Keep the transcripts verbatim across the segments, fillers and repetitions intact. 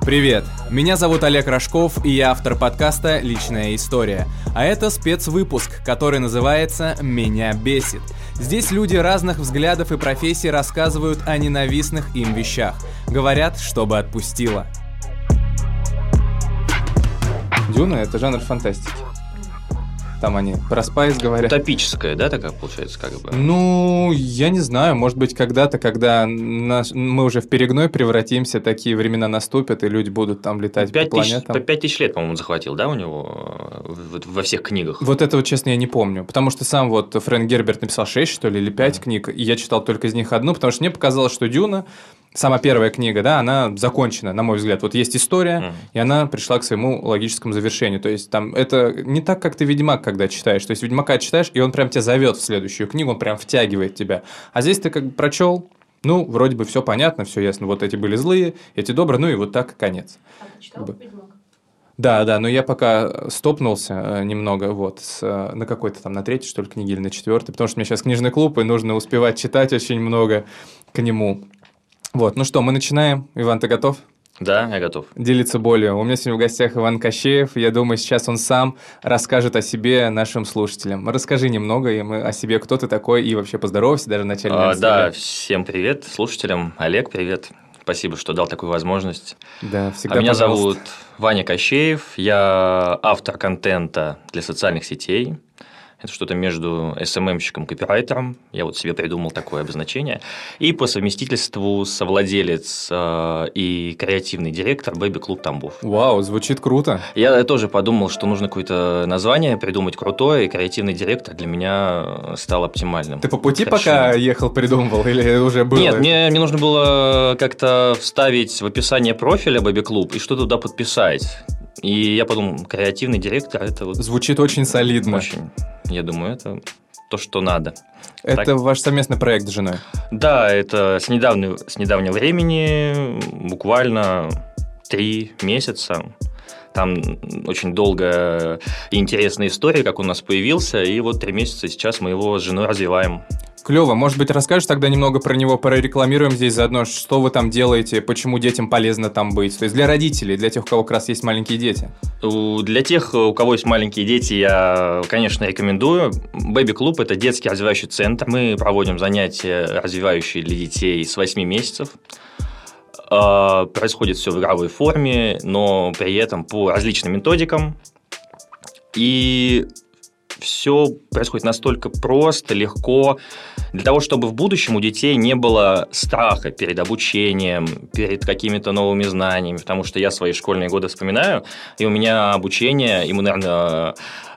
Привет, меня зовут Олег Рожков, и я автор подкаста «Личная история». А это спецвыпуск, который называется «Меня бесит». Здесь люди разных взглядов и профессий рассказывают о ненавистных им вещах. Говорят, чтобы отпустило. Дюна — это жанр фантастики. Там они про спайс говорят. Утопическая, да, такая получается, как бы? Ну, я не знаю, может быть, когда-то, когда наш... мы уже в перегной превратимся, такие времена наступят, и люди будут там летать по планетам. По пять тысяч лет, по-моему, он захватил, да, у него во всех книгах? Вот этого, честно, я не помню, потому что сам вот Фрэнк Герберт написал шесть, что ли, или пять mm-hmm. книг, и я читал только из них одну, потому что мне показалось, что Дюна, сама первая книга, да, она закончена, на мой взгляд. Вот есть история, mm. и она пришла к своему логическому завершению. То есть, там это не так, как ты «Ведьмак», когда читаешь. То есть, «Ведьмака» читаешь, и он прям тебя зовет в следующую книгу, он прям втягивает тебя. А здесь ты как бы прочел, ну, вроде бы все понятно, все ясно. Вот эти были злые, эти добрые, ну и вот так конец. А ты читал «Ведьмак»? Да, да, но я пока стопнулся немного, вот, с, на какой-то там, на третьей, что ли, книге или на четвертой, потому что у меня сейчас книжный клуб, и нужно успевать читать очень много к нему. Вот, ну что, мы начинаем. Иван, ты готов? Да, я готов. Делиться болью. У меня сегодня в гостях Иван Кощеев. Я думаю, сейчас он сам расскажет о себе нашим слушателям. Расскажи немного им о себе, кто ты такой, и вообще поздоровайся даже вначале. А, да, всем привет слушателям. Олег, привет. Спасибо, что дал такую возможность. Да, всегда, а меня пожалуйста. зовут Ваня Кощеев. Я автор контента для социальных сетей. Это что-то между эс эм эм-щиком и копирайтером. Я вот себе придумал такое обозначение. И по совместительству совладелец э, и креативный директор Baby Club Тамбов. Вау, звучит круто. Я тоже подумал, что нужно какое-то название придумать крутое, и креативный директор для меня стал оптимальным. Ты по пути решением. Пока ехал, придумывал, или уже было? Нет, мне, мне нужно было как-то вставить в описание профиля Baby Club и что-то туда подписать. И я подумал, креативный директор – это вот… Звучит очень солидно. Очень. Я думаю, это то, что надо. Это так. Ваш совместный проект с женой? Да, это с недавнего, с недавнего времени, буквально три месяца. Там очень долгая и интересная история, как он у нас появился, и вот три месяца сейчас мы его с женой развиваем. Клево. Может быть, расскажешь тогда немного про него, прорекламируем здесь заодно, что вы там делаете, почему детям полезно там быть? То есть для родителей, для тех, у кого как раз есть маленькие дети. Для тех, у кого есть маленькие дети, я, конечно, рекомендую. Baby Club – это детский развивающий центр. Мы проводим занятия, развивающие для детей с восьми месяцев. Происходит все в игровой форме, но при этом по различным методикам. И все происходит настолько просто, легко, для того, чтобы в будущем у детей не было страха перед обучением, перед какими-то новыми знаниями, потому что я свои школьные годы вспоминаю, и у меня обучение, и мы, наверное,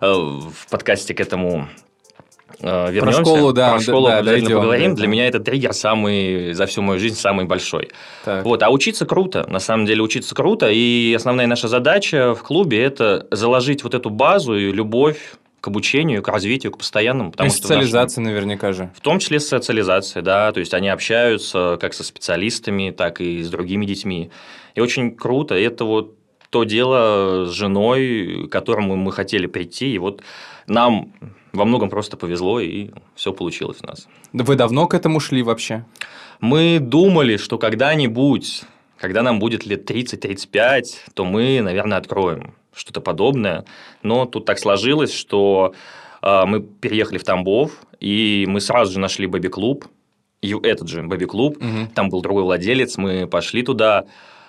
в подкасте к этому вернемся. Про школу, да, Про школу да, обязательно дойдем, поговорим. да, Для да. меня это триггер самый, за всю мою жизнь самый большой. Так. Вот, а учиться круто, на самом деле учиться круто, и основная наша задача в клубе – это заложить вот эту базу и любовь к обучению, к развитию, к постоянному. Потому и что социализация нашем... наверняка же. В том числе социализация, да, то есть они общаются как со специалистами, так и с другими детьми. И очень круто, это вот то дело с женой, к которому мы хотели прийти, и вот нам во многом просто повезло, и все получилось у нас. Вы давно к этому шли вообще? Мы думали, что когда-нибудь, когда нам будет лет тридцать-тридцать пять, то мы, наверное, откроем что-то подобное, но тут так сложилось, что э, мы переехали в Тамбов, и мы сразу же нашли Baby Club, и этот же Baby Club, угу. Там был другой владелец, мы пошли туда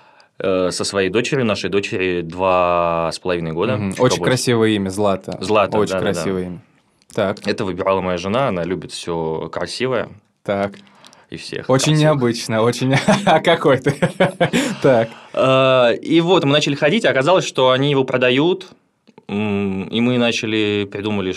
э, со своей дочерью, нашей дочери два с половиной года. Угу. Очень красивое имя, Злата. Злата, Очень да, красивое да, имя. Так. Это выбирала моя жена, она любит все красивое. Так. И всех. Очень красивых. Необычно, очень… А какой ты? Так. И вот мы начали ходить, а оказалось, что они его продают, и мы начали, придумали,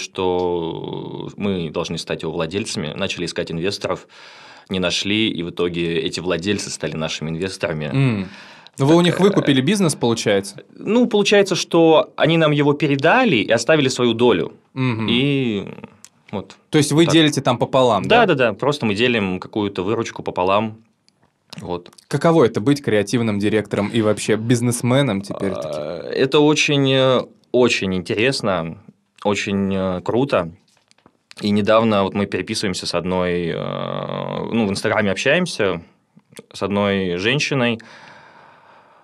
что мы должны стать его владельцами, начали искать инвесторов, не нашли, и в итоге эти владельцы стали нашими инвесторами. Mm. Ну, вы у них выкупили бизнес, получается? Ну, получается, что они нам его передали и оставили свою долю. Mm-hmm. И… Вот. То есть вы так. делите там пополам, да? Да, да, да. Просто мы делим какую-то выручку пополам. Вот. Каково это быть креативным директором и вообще бизнесменом теперь? Это очень, очень интересно, очень круто. И недавно вот мы переписываемся с одной, ну, в Инстаграме общаемся с одной женщиной.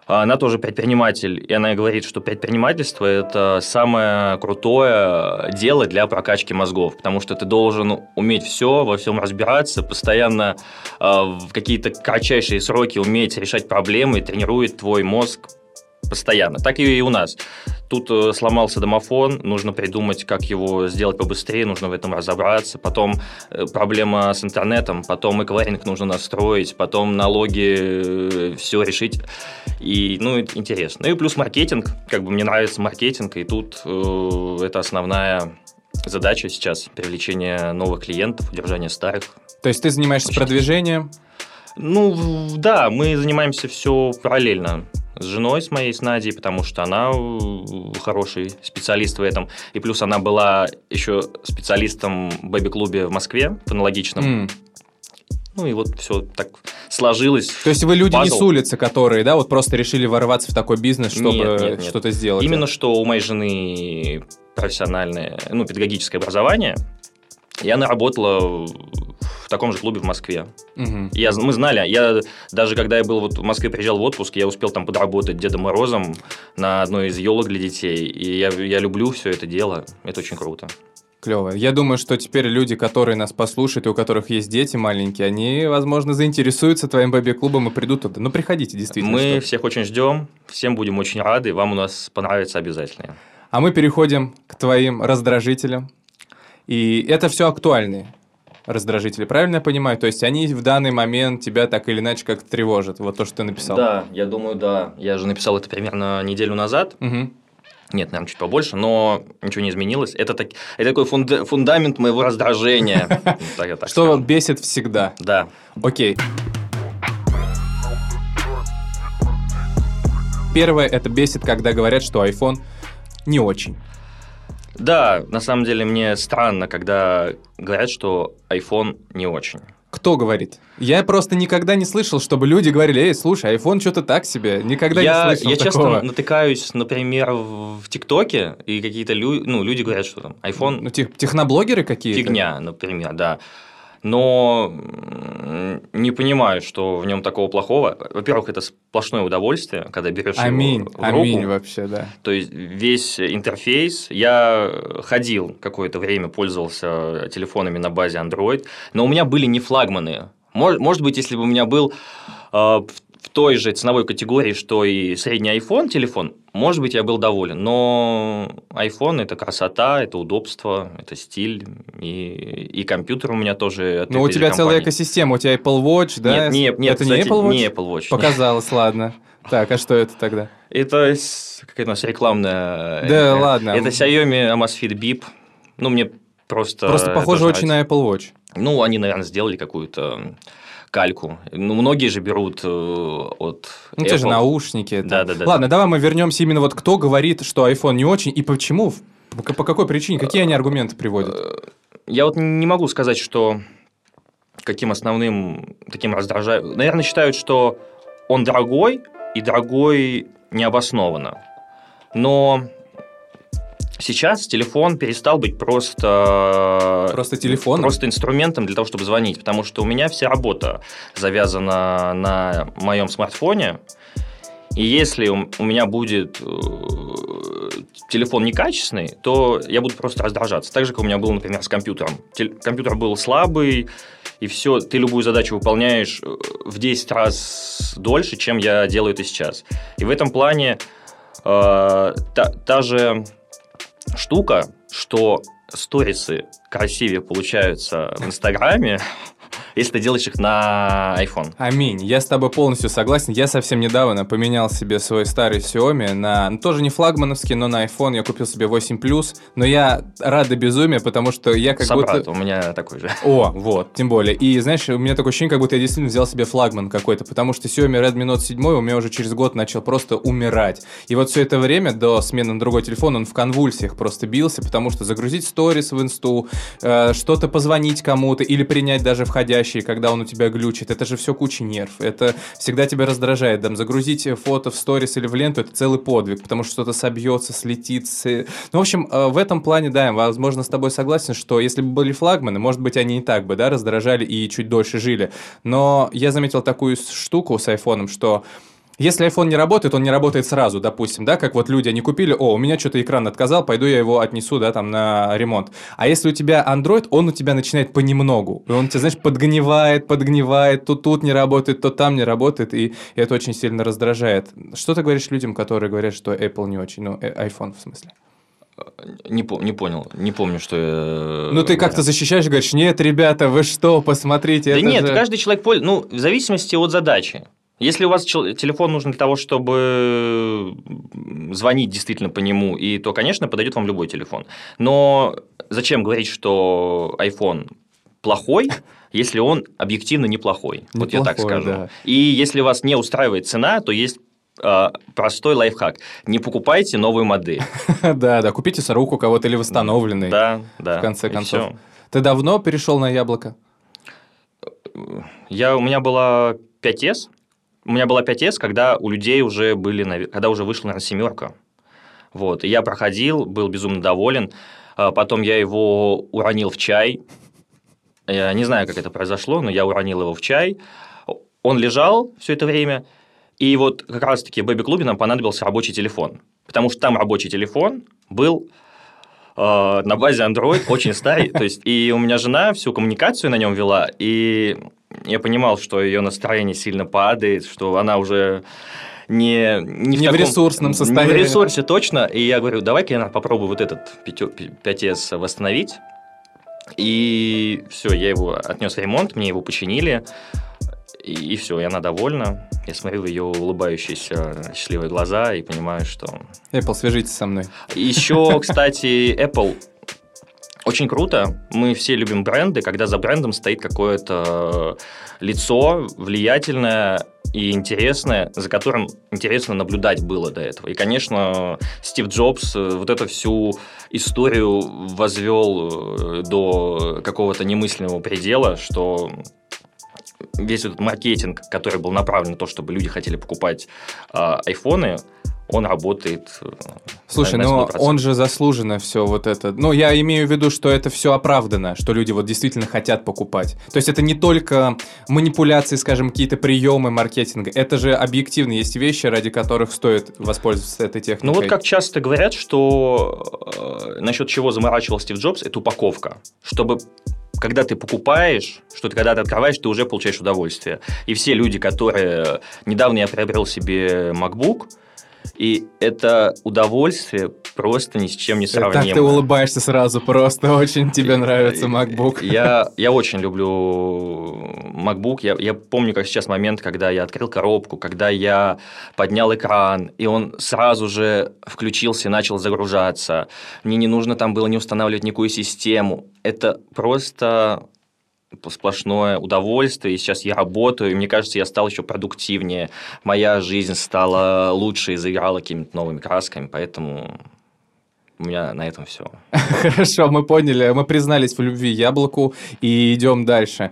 Она тоже предприниматель, и она говорит, что предпринимательство – это самое крутое дело для прокачки мозгов, потому что ты должен уметь все, во всем разбираться, постоянно э, в какие-то кратчайшие сроки уметь решать проблемы, и тренирует твой мозг постоянно. Так и у нас. Тут э, сломался домофон, нужно придумать, как его сделать побыстрее, нужно в этом разобраться. Потом э, проблема с интернетом, потом эквайринг нужно настроить, потом налоги, э, все решить. И, ну, интересно. Ну и плюс маркетинг. Как бы мне нравится маркетинг, и тут э, это основная задача сейчас – привлечение новых клиентов, удержание старых. То есть ты занимаешься Очень продвижением? Ну, да, мы занимаемся все параллельно. С женой, с моей, с Надей, потому что она хороший специалист в этом. И плюс она была еще специалистом в бэби-клубе в Москве, в аналогичном. Mm. Ну и вот все так сложилось. То есть вы люди Пазл. Не с улицы, которые, да, вот просто решили ворваться в такой бизнес, чтобы нет, нет, нет. что-то сделать? Именно что у моей жены профессиональное, ну, педагогическое образование, и она работала в таком же клубе в Москве. Угу. Я, мы знали, я даже когда я был вот в Москве, приезжал в отпуск, я успел там подработать Дедом Морозом на одной из елок для детей, и я, я люблю все это дело, это очень круто. Клево. Я думаю, что теперь люди, которые нас послушают, и у которых есть дети маленькие, они, возможно, заинтересуются твоим бэби-клубом и придут туда. Ну, приходите, действительно. Мы что? всех очень ждем, всем будем очень рады, вам у нас понравится обязательно. А мы переходим к твоим раздражителям. И это все актуальные раздражители, правильно я понимаю? То есть они в данный момент тебя так или иначе как-то тревожат, вот то, что ты написал. Да, я думаю, да. Я же написал это примерно неделю назад. Угу. Нет, наверное, чуть побольше, но ничего не изменилось. Это, так, это такой фунда- фундамент моего раздражения. Что бесит всегда. Да. Окей. Первое, это бесит, когда говорят, что iPhone не очень. Да, на самом деле мне странно, когда говорят, что iPhone не очень. Кто говорит? Я просто никогда не слышал, чтобы люди говорили: эй, слушай, iPhone что-то так себе. Никогда я, не слышал я такого. Я часто натыкаюсь, например, в ТикТоке, и какие-то лю- ну, люди говорят, что там iPhone... Ну, тех, техноблогеры какие-то? Фигня, например, да. Но не понимаю, что в нем такого плохого. Во-первых, это сплошное удовольствие, когда берешь аминь, его в руку. Аминь вообще, да. То есть весь интерфейс. Я ходил какое-то время, пользовался телефонами на базе Android, но у меня были не флагманы. Может быть, если бы у меня был в той же ценовой категории, что и средний iPhone телефон, может быть, я был доволен. Но iPhone – это красота, это удобство, это стиль, и, и компьютер у меня тоже от Ну, у тебя целая экосистема, у тебя Apple Watch, да? Нет, нет, нет, это кстати, не Apple Watch? Не Apple Watch. Показалось, ладно. Так, а что это тогда? Это какая-то у нас рекламная… Да, это, ладно. Это Xiaomi Amazfit Bip. Ну, мне просто… Просто похоже очень на Apple Watch. Ну, они, наверное, сделали какую-то… кальку. Ну, многие же берут э, от Ну, те же наушники. Да, да, да. Ладно, да. Давай мы вернемся именно вот кто говорит, что iPhone не очень, и почему, по, по какой причине, какие они аргументы приводят? Я вот не могу сказать, что каким основным таким раздражает. Наверное, считают, что он дорогой, и дорогой необоснованно. Но сейчас телефон перестал быть просто... Просто телефоном? Просто инструментом для того, чтобы звонить, потому что у меня вся работа завязана на моем смартфоне, и если у меня будет телефон некачественный, то я буду просто раздражаться. Так же, как у меня было, например, с компьютером. Компьютер был слабый, и все, ты любую задачу выполняешь в десять раз дольше, чем я делаю это сейчас. И в этом плане э, та, та же... штука, что сторисы красивее получаются в Инстаграме, если ты делаешь их на iPhone. Аминь. Я с тобой полностью согласен. Я совсем недавно поменял себе свой старый Xiaomi на... Ну, тоже не флагмановский, но на iPhone. Я купил себе восемь плюс. Но я рад до безумия, потому что я как Собрат, будто... у меня такой же. О, вот, тем более. И, знаешь, у меня такое ощущение, как будто я действительно взял себе флагман какой-то, потому что Xiaomi Redmi Note семь у меня уже через год начал просто умирать. И вот все это время, до смены на другой телефон, он в конвульсиях просто бился, потому что загрузить сторис в инсту, э, что-то позвонить кому-то или принять даже входящий, когда он у тебя глючит, это же все куча нерв. Это всегда тебя раздражает. Там, загрузить фото в сторис или в ленту – это целый подвиг, потому что что-то собьется, слетит. Ну, в общем, в этом плане, да, я, возможно, с тобой согласен, что если бы были флагманы, может быть, они и так бы, да, раздражали и чуть дольше жили. Но я заметил такую штуку с айфоном, что Если iPhone не работает, он не работает сразу, допустим, да, как вот люди, они купили, о, у меня что-то экран отказал, пойду я его отнесу, да, там, на ремонт. А если у тебя Android, он у тебя начинает понемногу, и он тебя, знаешь, подгнивает, подгнивает, то тут не работает, то там не работает, и это очень сильно раздражает. Что ты говоришь людям, которые говорят, что Apple не очень, ну, iPhone в смысле? Не, по- не понял, не помню, что я... Ну, ты как-то защищаешь, говоришь, нет, ребята, вы что, посмотрите, Да это нет, же... каждый человек пользуется, ну, в зависимости от задачи. Если у вас чел- телефон нужен для того, чтобы звонить действительно по нему, и то, конечно, подойдет вам любой телефон. Но зачем говорить, что iPhone плохой, если он объективно неплохой? Неплохой, вот я так скажу. Да. И если вас не устраивает цена, то есть э, простой лайфхак. Не покупайте новую модель. Да, да, купите с рук у кого-то или восстановленный. Да, да. В конце и концов. всё. Ты давно перешел на яблоко? Я, у меня была пять эс. У меня была пять эс, когда у людей уже были, наве- когда уже вышла, наверное, семерка. Вот. И я проходил, был безумно доволен. А Потом я его уронил в чай. Я не знаю, как это произошло, но я уронил его в чай. Он лежал все это время. И вот как раз-таки в бэби-клубе нам понадобился рабочий телефон. Потому что там рабочий телефон был э, на базе Android, очень старый. То есть, и у меня жена всю коммуникацию на нем вела, и я понимал, что ее настроение сильно падает, что она уже не, не, в, Не в таком- ресурсном состоянии. Не в ресурсе, точно. И я говорю, давай-ка я попробую вот этот пять эс восстановить. И все, я его отнес в ремонт, мне его починили. И, и все, и она довольна. Я смотрю в ее улыбающиеся счастливые глаза и понимаю, что... Apple, свяжитесь со мной. Еще, кстати, Apple очень круто. Мы все любим бренды, когда за брендом стоит какое-то лицо влиятельное и интересное, за которым интересно наблюдать было до этого. И, конечно, Стив Джобс вот эту всю историю возвел до какого-то немыслимого предела, что весь этот маркетинг, который был направлен на то, чтобы люди хотели покупать э, айфоны, он работает. Слушай, на, на но сто процентов. он же заслуженно все вот это. Ну, я имею в виду, что это все оправдано, что люди вот действительно хотят покупать. То есть это не только манипуляции, скажем, какие-то приемы маркетинга. Это же объективно есть вещи, ради которых стоит воспользоваться этой техникой. Ну вот как часто говорят, что э, насчет чего заморачивал Стив Джобс, это упаковка. Чтобы когда ты покупаешь, что ты когда ты открываешь, ты уже получаешь удовольствие. И все люди, которые... Недавно я приобрел себе MacBook, и это удовольствие просто ни с чем не сравнимо. Так ты улыбаешься сразу, просто очень тебе нравится MacBook. Я, я очень люблю MacBook. Я, я помню, как сейчас момент, когда я открыл коробку, когда я поднял экран, и он сразу же включился и начал загружаться. Мне не нужно там было не устанавливать никакую систему. Это просто... сплошное удовольствие, и сейчас я работаю, и мне кажется, я стал еще продуктивнее, моя жизнь стала лучше и заиграла какими-то новыми красками, поэтому у меня на этом все. Хорошо, мы поняли, мы признались в любви яблоку и идем дальше.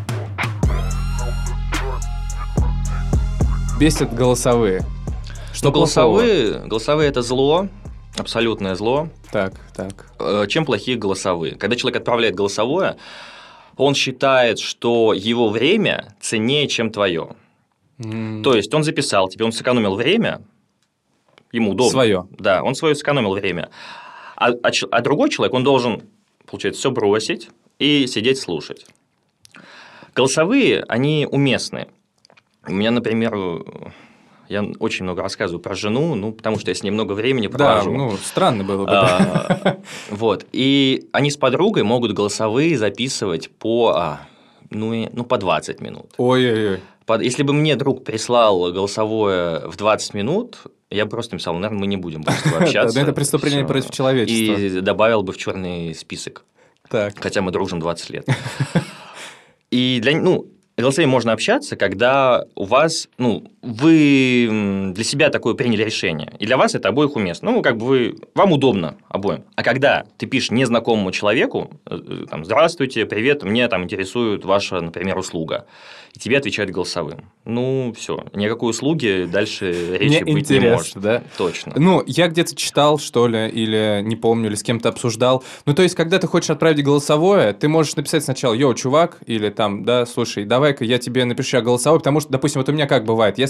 Бесят голосовые. Что Ну, голосовые, голосовые – это зло, абсолютное зло. Так, так. Э, Чем плохие голосовые? Когда человек отправляет голосовое, он считает, что его время ценнее, чем твое. Mm. То есть он записал тебе, он сэкономил время, ему удобно. Свое. Да, он свое сэкономил время. А, а, а другой человек, он должен, получается, все бросить и сидеть слушать. Голосовые, они уместны. У меня, например, я очень много рассказываю про жену, ну, потому что я с ней много времени провожу. Да, ну, странно было бы. А, да. Вот. И они с подругой могут голосовые записывать по, а, ну, и- ну, по двадцать минут. Ой-ой-ой. Под- Если бы мне друг прислал голосовое в двадцать минут, я бы просто написал, наверное, мы не будем больше с тобой общаться. Да, это преступление Всё. против человечества. И добавил бы в черный список. Так. Хотя мы дружим двадцать лет. И для, ну, голосовыми можно общаться, когда у вас, ну, вы м, для себя такое приняли решение, и для вас это обоих уместно. Ну, как бы вы, вам удобно обоим. А когда ты пишешь незнакомому человеку, э, э, там, здравствуйте, привет, мне там интересует ваша, например, услуга, и тебе отвечают голосовым. Ну, все, никакой услуги дальше речи Мне быть не интересно, может. да? Точно. Ну, я где-то читал, что ли, или не помню, или с кем-то обсуждал. Ну, то есть, когда ты хочешь отправить голосовое, ты можешь написать сначала, йоу, чувак, или там, да, слушай, давай-ка я тебе напишу голосовое, потому что, допустим, вот у меня как бывает, я с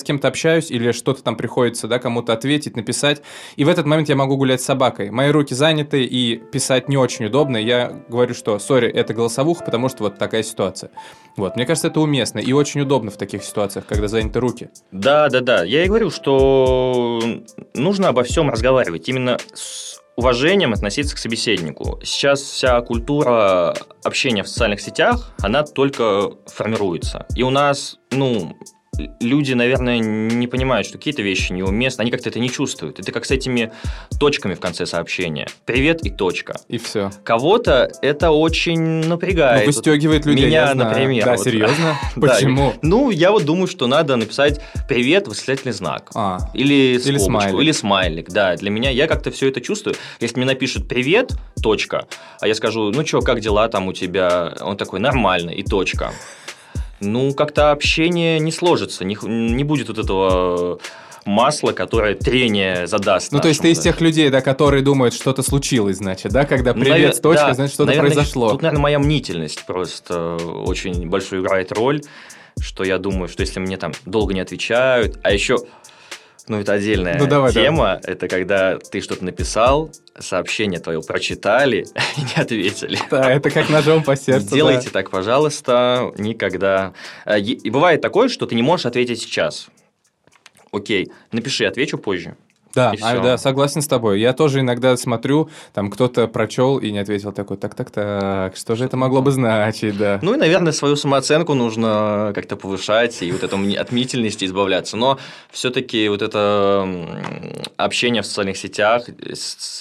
кем-то общаюсь или что-то там приходится, да, кому-то ответить, написать, и в этот момент я могу гулять с собакой. Мои руки заняты, и писать не очень удобно. Я говорю, что, сори, это голосовуха, потому что вот такая ситуация. Вот, мне кажется, это уместно и очень удобно в таких ситуациях, когда заняты руки. Да, да, да. Я и говорю, что нужно обо всем разговаривать. Именно с уважением относиться к собеседнику. Сейчас вся культура общения в социальных сетях, она только формируется. И у нас, ну... люди, наверное, не понимают, что какие-то вещи неуместны, они как-то это не чувствуют. Это как с этими точками в конце сообщения. Привет и точка. И все. Кого-то это очень напрягает. Ну, выстегивает людей, меня, я знаю. например. Да, вот. серьезно? Да. Почему? Ну, я вот думаю, что надо написать «привет», восклицательный знак. А. Или скобочку. Или смайлик. Или смайлик. Да, для меня я как-то все это чувствую. Если мне напишут «привет», точка, а я скажу «ну что, как дела там у тебя?» Он такой «нормально» и точка. Ну, как-то общение не сложится, не, не будет вот этого масла, которое трение задаст. Ну, то есть ты из тех людей, да, которые думают, что-то случилось, значит, да, когда привет, Навер... точка, да, значит, что-то наверное, произошло. Тут, наверное, моя мнительность просто очень большую играет роль, что я думаю, что если мне там долго не отвечают, а еще... Ну, это отдельная ну, давай, тема. давай. Это когда ты что-то написал, сообщение твое прочитали и не ответили. Да, это как ножом по сердцу. Делайте да. так, пожалуйста, никогда. И бывает такое, что ты не можешь ответить сейчас. Окей, напиши, отвечу позже. Да, а, да, согласен с тобой. Я тоже иногда смотрю, там кто-то прочел и не ответил, такой, так-так-так, что же это могло бы значить, да. Ну и, наверное, свою самооценку нужно как-то повышать и вот эту от мнительности избавляться. Но все-таки вот это общение в социальных сетях, с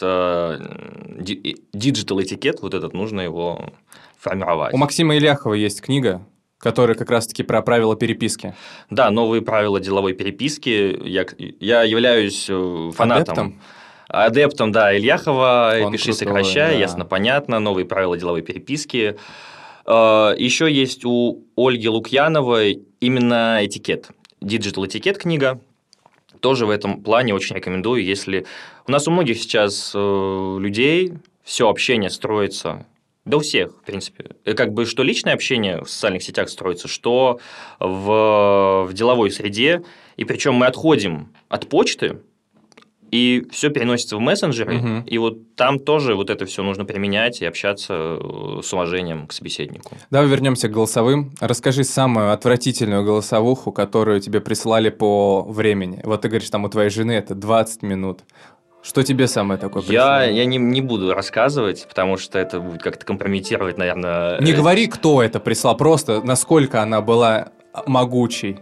диджитал этикет, вот этот, нужно его формировать. У Максима Ильяхова есть книга, которая как раз-таки про правила переписки. Да, новые правила деловой переписки. Я, я являюсь фанатом. Адептом? Адептом, да, Ильяхова. Он Пиши, крутой, сокращай, да. ясно, понятно. Новые правила деловой переписки. Еще есть у Ольги Лукьяновой именно этикет. Digital этикет книга. Тоже в этом плане очень рекомендую, если... У нас у многих сейчас людей все общение строится... Да у всех, в принципе. Как бы что личное общение в социальных сетях строится, что в, в деловой среде. И причем мы отходим от почты, и все переносится в мессенджеры. Угу. И вот там тоже вот это все нужно применять и общаться с уважением к собеседнику. Давай вернемся к голосовым. Расскажи самую отвратительную голосовуху, которую тебе прислали по времени. Вот ты говоришь, там у твоей жены это двадцать минут. Что тебе самое такое Я, я не, не буду рассказывать, потому что это будет как-то компрометировать, наверное... Не говори, кто это прислал, просто насколько она была могучей.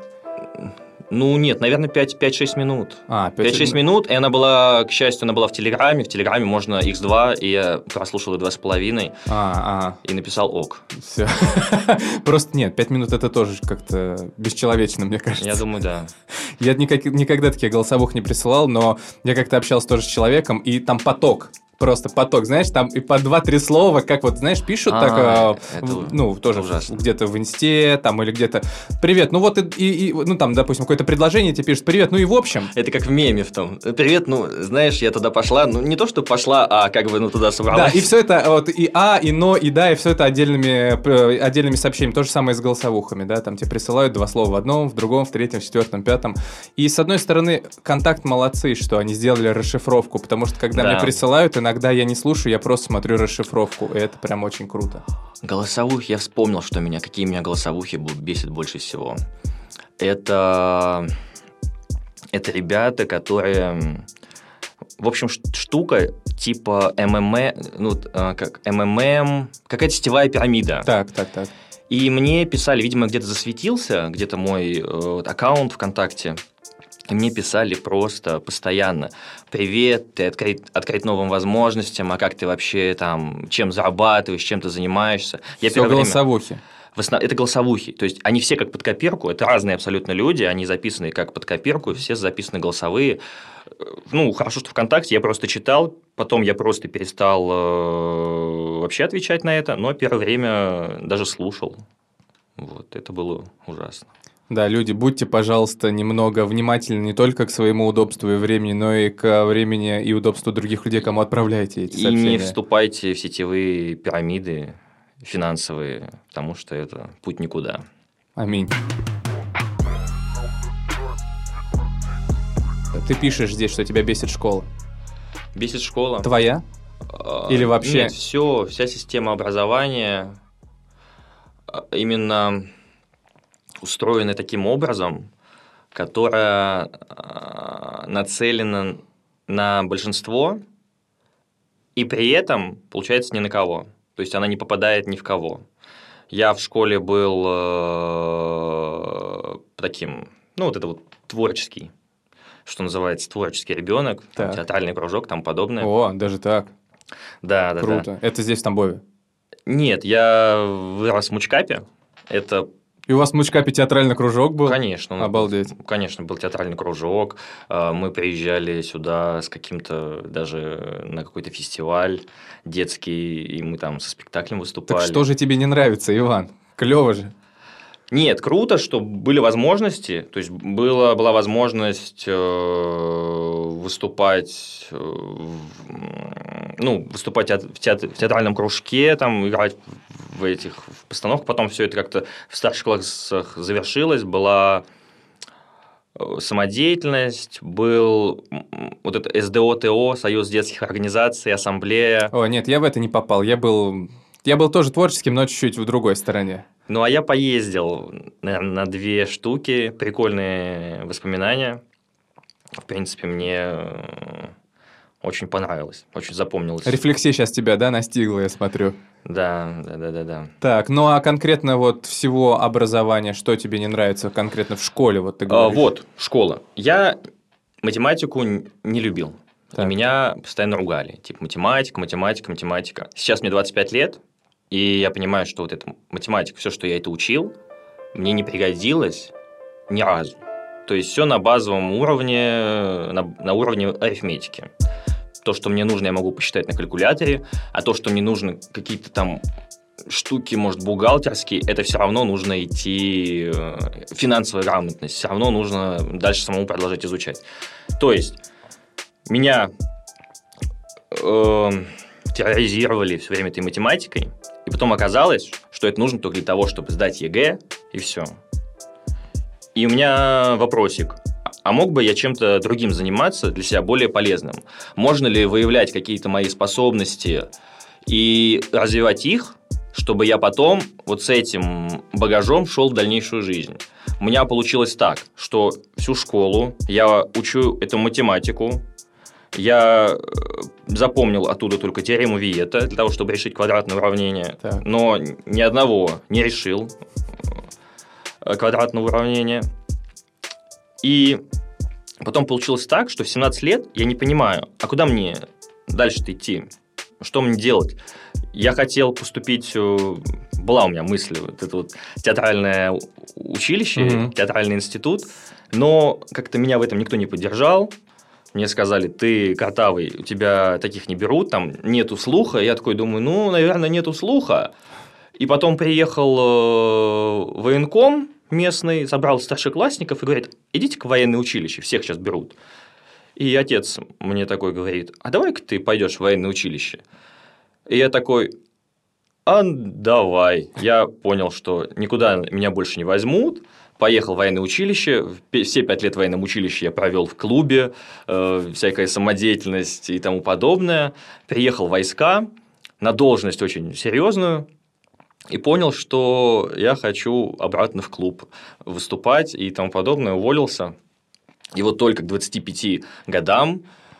Ну, нет, наверное, пять-шесть минут. А, пять-шесть минут, и она была, к счастью, она была в Телеграме. В Телеграме можно икс два, и я прослушал ее два с половиной. А, а. И написал ок. Все. Просто нет, пять минут это тоже как-то бесчеловечно, мне кажется. Я думаю, да. Я никак, никогда таких голосовых не присылал, но я как-то общался тоже с человеком, и там поток. Просто поток, знаешь, там и по два-три слова, как вот, знаешь, пишут а, так, это, в, ну, тоже ужасно. Где-то в инсте, там, или где-то, привет, ну вот, и, и, и, ну, там, допустим, какое-то предложение тебе пишут, привет, ну и в общем. Это как в меме в том, привет, ну, знаешь, я туда пошла, ну, не то, что пошла, а как бы, ну, туда собралась. Да, и все это, вот, и а, и но, и да, и все это отдельными, отдельными сообщениями, то же самое с голосовухами, да, там тебе присылают два слова в одном, в другом, в третьем, в четвертом, пятом, и с одной стороны, Контакт молодцы, что они сделали расшифровку, потому что, когда да. мне присылают, иногда я не слушаю, я просто смотрю расшифровку, и это прям очень круто. Голосовухи, я вспомнил, что меня, какие меня голосовухи бесит больше всего. Это, это ребята, которые... В общем, штука типа эм эм эм, ну, как эм эм эм, какая-то сетевая пирамида. Так, так, так. И мне писали, видимо, где-то засветился, где-то мой э, аккаунт ВКонтакте, и мне писали просто постоянно: привет, ты открыт, открыт новым возможностям, а как ты вообще там, чем зарабатываешь, чем ты занимаешься. Я Все голосовухи. Время... В основ... Это голосовухи, то есть они все как под копирку, это разные абсолютно люди, они записаны как под копирку, все записаны голосовые. Ну, хорошо, что ВКонтакте я просто читал, потом я просто перестал э, вообще отвечать на это, но первое время даже слушал. Вот, это было ужасно. Да, люди, будьте, пожалуйста, немного внимательны не только к своему удобству и времени, но и к времени и удобству других людей, кому отправляете эти сообщения. И не вступайте в сетевые пирамиды финансовые, потому что это путь никуда. Аминь. ты пишешь здесь, что тебя бесит школа? Бесит школа. Твоя? Или вообще? Нет, все, вся система образования именно устроена таким образом, которая нацелена на большинство, и при этом, получается, ни на кого. То есть она не попадает ни в кого. Я в школе был э, таким, ну, вот это вот творческий, что называется, творческий ребенок, там, театральный кружок, там подобное. О, даже так. Да, да, Круто. Да. Это здесь, в Тамбове? Нет, я вырос в Мучкапе. Это... И у вас в Мучкапе театральный кружок был? Конечно. Обалдеть. Был, конечно, был театральный кружок. Мы приезжали сюда с каким-то, даже на какой-то фестиваль детский, и мы там со спектаклем выступали. Так что же тебе не нравится, Иван? Клево же. Нет, круто, что были возможности, то есть была, была возможность э, выступать, э, ну, выступать в, театр, в театральном кружке, там, играть в этих в постановках, потом все это как-то в старших классах завершилось, была самодеятельность, был вот это эс дэ о тэ о, Союз детских организаций, ассамблея. О, нет, я в это не попал, я был, я был тоже творческим, но чуть-чуть в другой стороне. Ну, а я поездил, наверное, на две штуки, прикольные воспоминания. В принципе, мне очень понравилось, очень запомнилось. Рефлексия сейчас тебя, да, настигла, я смотрю. Да, да, да, да, да. Так, ну а конкретно вот всего образования, что тебе не нравится конкретно в школе, вот ты говоришь? А, вот, школа. Я математику не любил, так. И меня постоянно ругали. Типа математика, математика, математика. Сейчас мне двадцать пять лет. И я понимаю, что вот эта математика, все, что я это учил, мне не пригодилось ни разу. То есть все на базовом уровне, на, на уровне арифметики. То, что мне нужно, я могу посчитать на калькуляторе, а то, что мне нужно какие-то там штуки, может, бухгалтерские, это все равно нужно идти, финансовая грамотность, все равно нужно дальше самому продолжать изучать. То есть меня э, терроризировали все время этой математикой, и потом оказалось, что это нужно только для того, чтобы сдать ЕГЭ, и все. И у меня вопросик. А мог бы я чем-то другим заниматься для себя более полезным? Можно ли выявлять какие-то мои способности и развивать их, чтобы я потом вот с этим багажом шел в дальнейшую жизнь? У меня получилось так, что всю школу я учу эту математику, я запомнил оттуда только теорему Виета для того, чтобы решить квадратное уравнение, так. Но ни одного не решил квадратного уравнения. И потом получилось так, что в семнадцать лет я не понимаю, а куда мне дальше-то идти? Что мне делать? Я хотел поступить... Была у меня мысль, вот это вот театральное училище, mm-hmm. театральный институт, но как-то меня в этом никто не поддержал. Мне сказали, ты картавый, у тебя таких не берут, там нету слуха. Я такой думаю, ну, наверное, нету слуха. И потом приехал в военком местный, собрал старшеклассников и говорит, идите-ка в военное училище, всех сейчас берут. И отец мне такой говорит, а давай-ка ты пойдешь в военное училище. И я такой, а давай. Я понял, что никуда меня больше не возьмут. Поехал в военное училище, все пять лет в военном училище я провел в клубе, э, всякая самодеятельность и тому подобное. Приехал в войска на должность очень серьезную и понял, что я хочу обратно в клуб выступать и тому подобное, уволился. И вот только к двадцати пяти годам,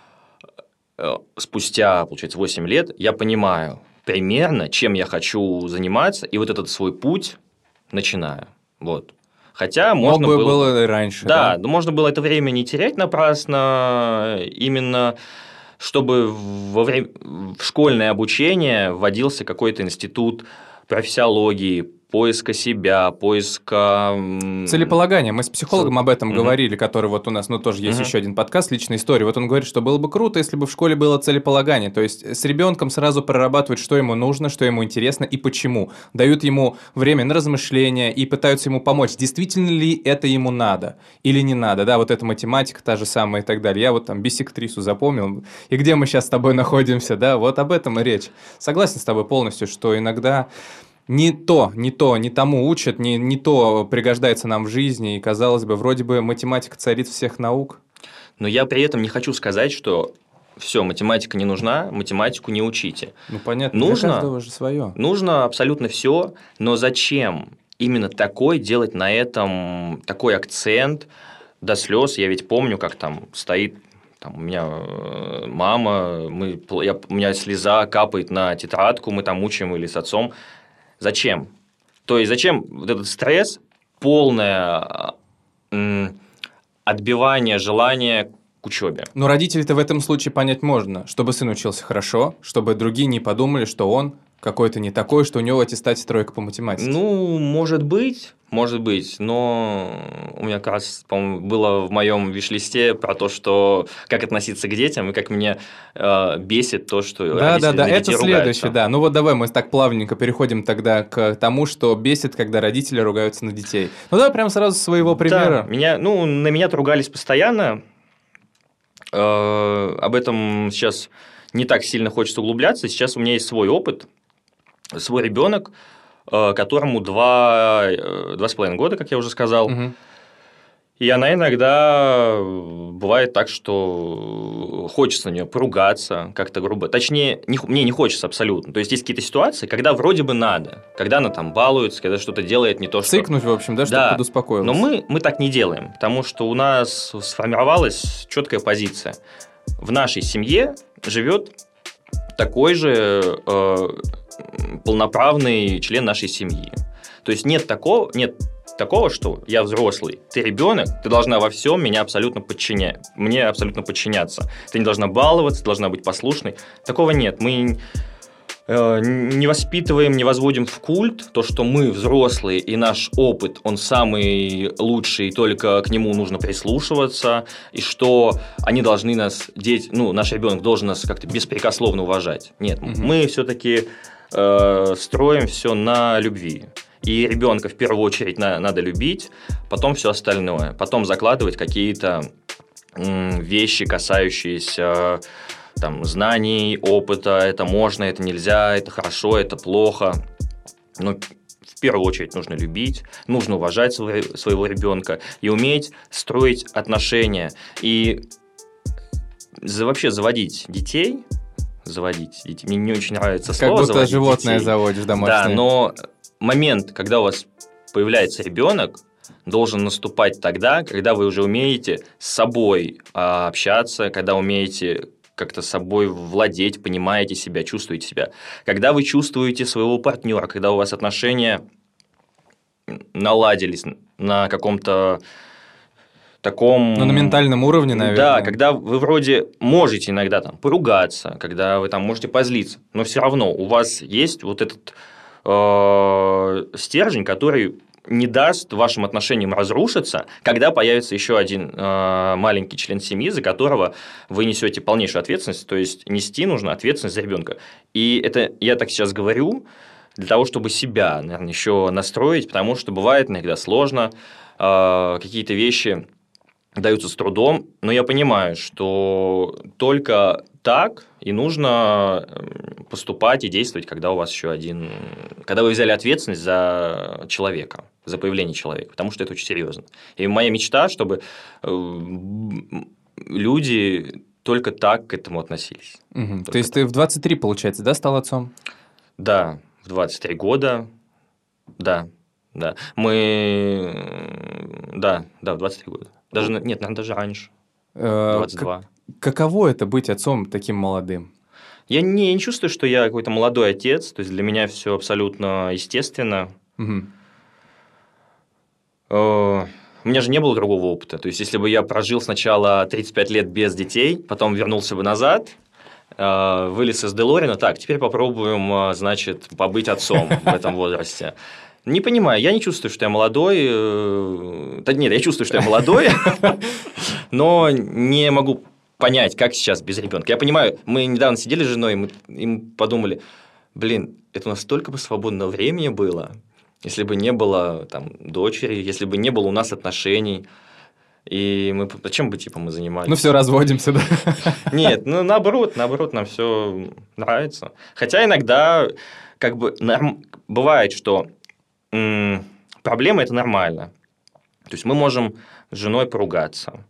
э, спустя, получается, восемь лет, я понимаю примерно, чем я хочу заниматься, и вот этот свой путь начинаю. Вот. Хотя можно Мог бы было... было и раньше. Да, да, но можно было это время не терять напрасно, именно чтобы во время... в школьное обучение вводился какой-то институт профессиологии, поиска себя, поиска... Целеполагание. Мы с психологом об этом mm-hmm. говорили, который вот у нас, ну, тоже есть mm-hmm. еще один подкаст «Личная история». Вот он говорит, что было бы круто, если бы в школе было целеполагание. То есть с ребенком сразу прорабатывают, что ему нужно, что ему интересно и почему. Дают ему время на размышления и пытаются ему помочь. Действительно ли это ему надо или не надо? Да, вот эта математика та же самая и так далее. Я вот там биссектрису запомнил. И где мы сейчас с тобой находимся, да, вот об этом и речь. Согласен с тобой полностью, что иногда... Не то, не то, не тому учат, не, не то пригождается нам в жизни, и, казалось бы, вроде бы математика царит всех наук. Но я при этом не хочу сказать, что все, математика не нужна, математику не учите. Ну, понятно, нужно, для каждого же свое. Нужно абсолютно все, но зачем именно такой делать на этом такой акцент до слез? Я ведь помню, как там стоит там, у меня мама, мы, я, у меня слеза капает на тетрадку, мы там учим или с отцом. Зачем? То есть, зачем вот этот стресс, полное м, отбивание желания к учебе? Но родителей-то в этом случае понять можно, чтобы сын учился хорошо, чтобы другие не подумали, что он какой-то не такой, что у него в аттестате тройка по математике. Ну, может быть, может быть, но у меня как раз, по-моему, было в моем виш-листе про то, что как относиться к детям и как меня э, бесит то, что да, родители да, да, на это детей следующее, ругаются. да. Ну вот давай мы так плавненько переходим тогда к тому, что бесит, когда родители ругаются на детей. Ну давай прям сразу с своего примера. Да, меня, ну, на меня-то ругались постоянно. Э, об этом сейчас не так сильно хочется углубляться. Сейчас у меня есть свой опыт. Свой ребенок, которому два, два с половиной года, как я уже сказал. Угу. И она иногда бывает так, что хочется на нее поругаться как-то грубо. Точнее, не, мне не хочется абсолютно. То есть, есть какие-то ситуации, когда вроде бы надо. Когда она там балуется, когда что-то делает не то, что... Цыкнуть, в общем, да, чтобы да, подуспокоилась. Но мы, мы так не делаем, потому что у нас сформировалась четкая позиция. В нашей семье живет такой же... Э, полноправный член нашей семьи. То есть нет такого, нет такого, что я взрослый, ты ребенок, ты должна во всем меня абсолютно подчинять, мне абсолютно подчиняться. Ты не должна баловаться, ты должна быть послушной. Такого нет. Мы э, не воспитываем, не возводим в культ то, что мы взрослые и наш опыт, он самый лучший, только к нему нужно прислушиваться, и что они должны нас, дети, ну, наш ребенок должен нас как-то беспрекословно уважать. Нет, угу. мы все-таки строим все на любви. И ребенка в первую очередь на, надо любить, потом все остальное. Потом закладывать какие-то м, вещи, касающиеся там, знаний, опыта. Это можно, это нельзя, это хорошо, это плохо. Но в первую очередь нужно любить, нужно уважать свой, своего ребенка и уметь строить отношения. И за, вообще заводить детей... заводить детей. Мне не очень нравится как слово будто заводить животное детей. заводишь домашнее. Да, но момент, когда у вас появляется ребенок, должен наступать тогда, когда вы уже умеете с собой а, общаться, когда умеете как-то собой владеть, понимаете себя, чувствуете себя. Когда вы чувствуете своего партнера, когда у вас отношения наладились на каком-то таком... Ну, на ментальном уровне, наверное. Да, когда вы вроде можете иногда там поругаться, когда вы там можете позлиться, но все равно у вас есть вот этот э, стержень, который не даст вашим отношениям разрушиться, когда появится еще один э, маленький член семьи, за которого вы несете полнейшую ответственность, то есть нести нужно ответственность за ребенка. И это я так сейчас говорю для того, чтобы себя, наверное, еще настроить, потому что бывает иногда сложно, э, какие-то вещи даются с трудом, но я понимаю, что только так и нужно поступать и действовать, когда у вас еще один... Когда вы взяли ответственность за человека, за появление человека, потому что это очень серьезно. И моя мечта, чтобы люди только так к этому относились. Угу. То есть, так. Ты в двадцать три, получается, да, стал отцом? Да, в двадцать три года, да, да. Мы... Да, да, в двадцать три года. Даже, нет, наверное, даже раньше. двадцать два. Как, каково это быть отцом таким молодым? Я не, не чувствую, что я какой-то молодой отец. То есть, для меня все абсолютно естественно. Угу. У меня же не было другого опыта. То есть, если бы я прожил сначала тридцать пять лет без детей, потом вернулся бы назад, вылез из Делорина, так, теперь попробуем, значит, побыть отцом в этом возрасте. Не понимаю, я не чувствую, что я молодой. Да нет, я чувствую, что я молодой, но не могу понять, как сейчас без ребенка. Я понимаю, мы недавно сидели с женой, и мы, и мы подумали, блин, это у нас столько бы свободного времени было, если бы не было там дочери, если бы не было у нас отношений. И мы зачем бы типа мы занимались? Ну, все разводимся, да? Нет, ну наоборот, наоборот, нам все нравится. Хотя иногда как бы норм... бывает, что м- проблема это нормально. То есть мы можем с женой поругаться.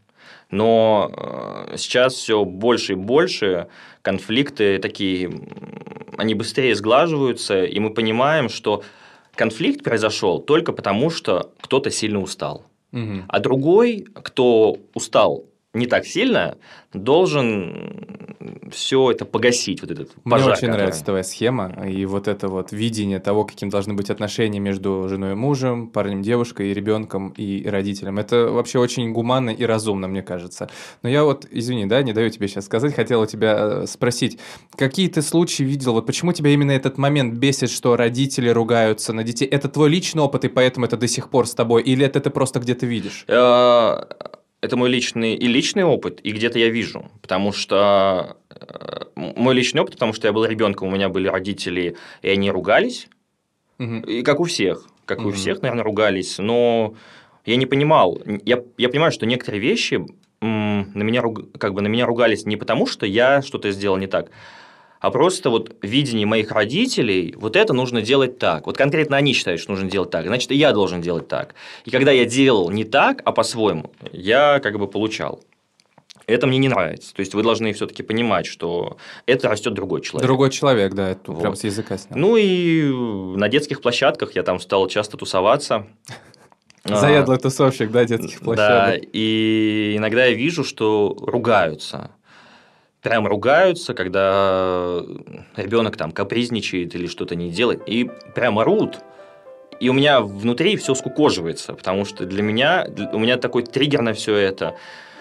Но сейчас все больше и больше конфликты такие, они быстрее сглаживаются, и мы понимаем, что конфликт произошел только потому, что кто-то сильно устал. Угу. А другой, кто устал не так сильно, должен все это погасить, вот этот Мне пожар. очень который... нравится твоя схема и вот это вот видение того, каким должны быть отношения между женой и мужем, парнем, девушкой, и ребенком и родителем. Это вообще очень гуманно и разумно, мне кажется. Но я вот, извини, да, не даю тебе сейчас сказать, хотел у тебя спросить, какие ты случаи видел, вот почему тебя именно этот момент бесит, что родители ругаются на детей? Это твой личный опыт, и поэтому это до сих пор с тобой, или это ты просто где-то видишь? Это мой личный и личный опыт, и где-то я вижу, потому что мой личный опыт, потому что я был ребенком, у меня были родители, и они ругались, угу. И как у всех, как угу. у всех, наверное, ругались, но я не понимал, я, я понимаю, что некоторые вещи м, на меня, как бы на меня ругались не потому, что я что-то сделал не так, а просто вот видение моих родителей, вот это нужно делать так. Вот конкретно они считают, что нужно делать так, значит, и я должен делать так. И когда я делал не так, а по-своему, я как бы получал. Это мне не нравится. То есть вы должны все-таки понимать, что это растет другой человек. Другой человек, да, это вот. Прям с языка снял. Ну и на детских площадках я там стал часто тусоваться. Заядлый тусовщик, да, детских площадок. Да, и иногда я вижу, что ругаются. Прям ругаются, когда ребенок там капризничает или что-то не делает, и прям орут. И у меня внутри все скукоживается, потому что для меня, у меня такой триггер на все это.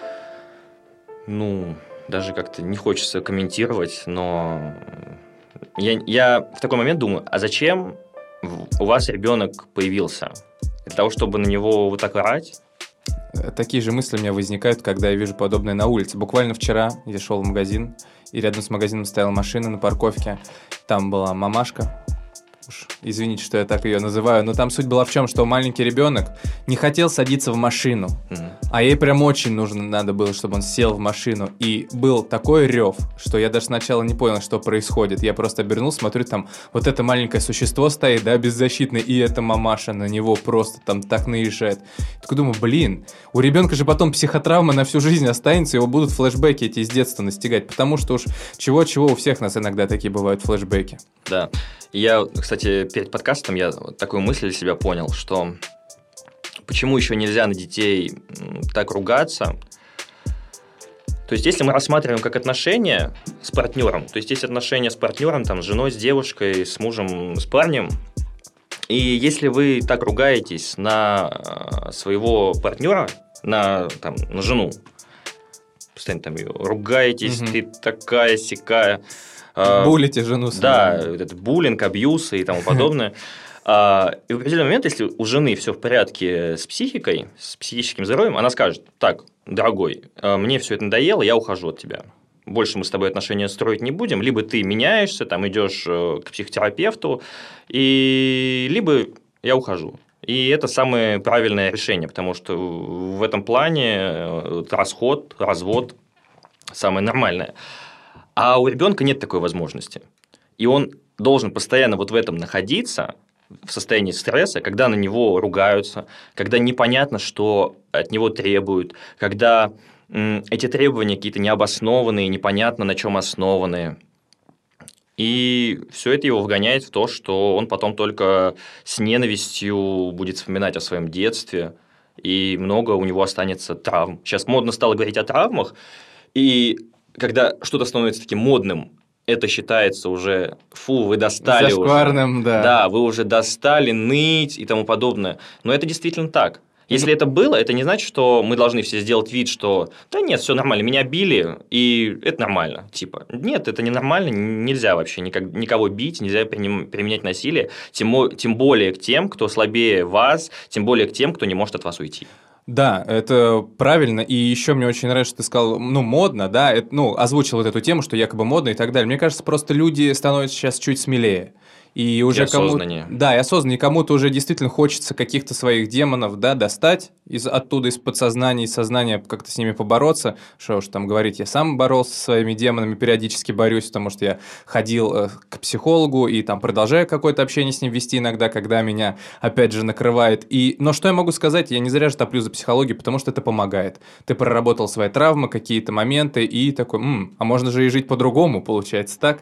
Ну, даже как-то не хочется комментировать, но я, я в такой момент думаю, а зачем у вас ребенок появился? Для того, чтобы на него вот так орать? Такие же мысли у меня возникают, когда я вижу подобное на улице. Буквально вчера я шел в магазин, и рядом с магазином стояла машина на парковке. Там была мамашка. Уж извините, что я так ее называю, но там суть была в чем, что маленький ребенок не хотел садиться в машину, mm-hmm. а ей прям очень нужно надо было, чтобы он сел в машину. И был такой рев, что я даже сначала не понял, что происходит. Я просто обернулся, смотрю, там вот это маленькое существо стоит, да, беззащитное, и эта мамаша на него просто там так наезжает. Я такой думаю, блин, у ребенка же потом психотравма на всю жизнь останется, его будут флешбеки эти из детства настигать, потому что уж чего-чего у всех нас иногда такие бывают флешбеки. Да. Я, кстати, перед подкастом я такую мысль для себя понял, что почему еще нельзя на детей так ругаться. То есть, если мы рассматриваем как отношения с партнером, то есть, есть отношения с партнером, там, с женой, с девушкой, с мужем, с парнем, и если вы так ругаетесь на своего партнера, на, там, на жену, постоянно там ее ругаетесь, угу. ты такая-сякая, булите жену свою. Да, это буллинг, абьюз и тому подобное. И в определенный момент, если у жены все в порядке с психикой, с психическим здоровьем, она скажет: так, дорогой, мне все это надоело, я ухожу от тебя. Больше мы с тобой отношения строить не будем. Либо ты меняешься, там идешь к психотерапевту, и либо я ухожу. И это самое правильное решение, потому что в этом плане расход, развод самое нормальное. А у ребенка нет такой возможности. И он должен постоянно вот в этом находиться, в состоянии стресса, когда на него ругаются, когда непонятно, что от него требуют, когда м, эти требования какие-то необоснованные, непонятно на чем основанные. И все это его вгоняет в то, что он потом только с ненавистью будет вспоминать о своем детстве, и много у него останется травм. Сейчас модно стало говорить о травмах, и когда что-то становится таким модным, это считается уже, фу, вы достали зашкварным, уже. Да. Да, вы уже достали, ныть и тому подобное. Но это действительно так. Если это было, это не значит, что мы должны все сделать вид, что да нет, все нормально, меня били, и это нормально. Типа, нет, это не нормально, нельзя вообще никак, никого бить, нельзя применять насилие, тем, тем более к тем, кто слабее вас, тем более к тем, кто не может от вас уйти. Да, это правильно, и еще мне очень нравится, что ты сказал, ну, модно, да, это, ну, озвучил вот эту тему, что якобы модно и так далее. Мне кажется, просто люди становятся сейчас чуть смелее. и уже и осознаннее. Кому... Да, и осознаннее. Кому-то уже действительно хочется каких-то своих демонов, да, достать из... оттуда, из подсознания, из сознания, как-то с ними побороться. Что уж там говорить, я сам боролся со своими демонами, периодически борюсь, потому что я ходил э, к психологу и там продолжаю какое-то общение с ним вести иногда, когда меня, опять же, накрывает. И... Но что я могу сказать? Я не зря же топлю за психологию, потому что это помогает. Ты проработал свои травмы, какие-то моменты, и такой, м-м, а можно же и жить по-другому, получается так?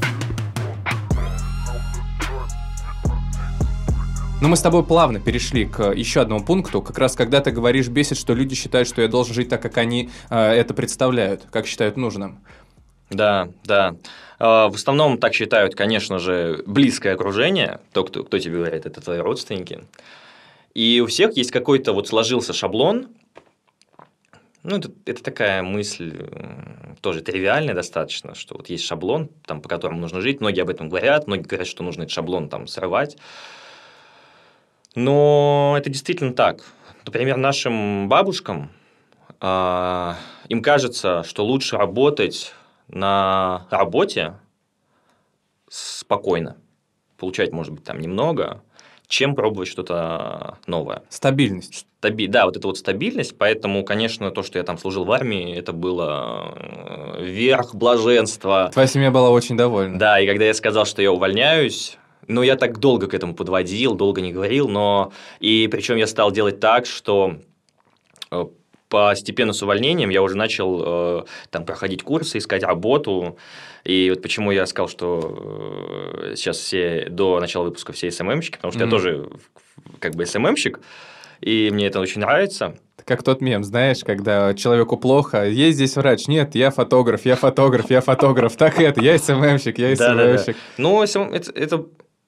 Но мы с тобой плавно перешли к еще одному пункту, как раз когда ты говоришь, бесит, что люди считают, что я должен жить так, как они э, это представляют, как считают нужным. Да, да. Э, в основном так считают, конечно же, близкое окружение, то, кто, кто тебе говорит, это твои родственники. И у всех есть какой-то вот сложился шаблон. Ну, это, это такая мысль тоже тривиальная достаточно, что вот есть шаблон, там, по которому нужно жить. Многие об этом говорят, многие говорят, что нужно этот шаблон там срывать. Но это действительно так. Например, нашим бабушкам э, им кажется, что лучше работать на работе спокойно, получать, может быть, там немного, чем пробовать что-то новое. Стабильность. Стаби... Да, вот эта вот стабильность, поэтому, конечно, то, что я там служил в армии, это было верх блаженства. Твоя семья была очень довольна. Да, и когда я сказал, что я увольняюсь, ну, я так долго к этому подводил, долго не говорил, но... И причем я стал делать так, что постепенно с увольнением я уже начал там проходить курсы, искать работу. И вот почему я сказал, что сейчас все до начала выпуска все эс эм эм-щики, потому что mm-hmm. я тоже как бы эс эм эм-щик, и мне это очень нравится. Как тот мем, знаешь, когда человеку плохо, есть здесь врач, нет, я фотограф, я фотограф, я фотограф, так это, я эс эм эм-щик, я эс эм эм-щик. Ну, это...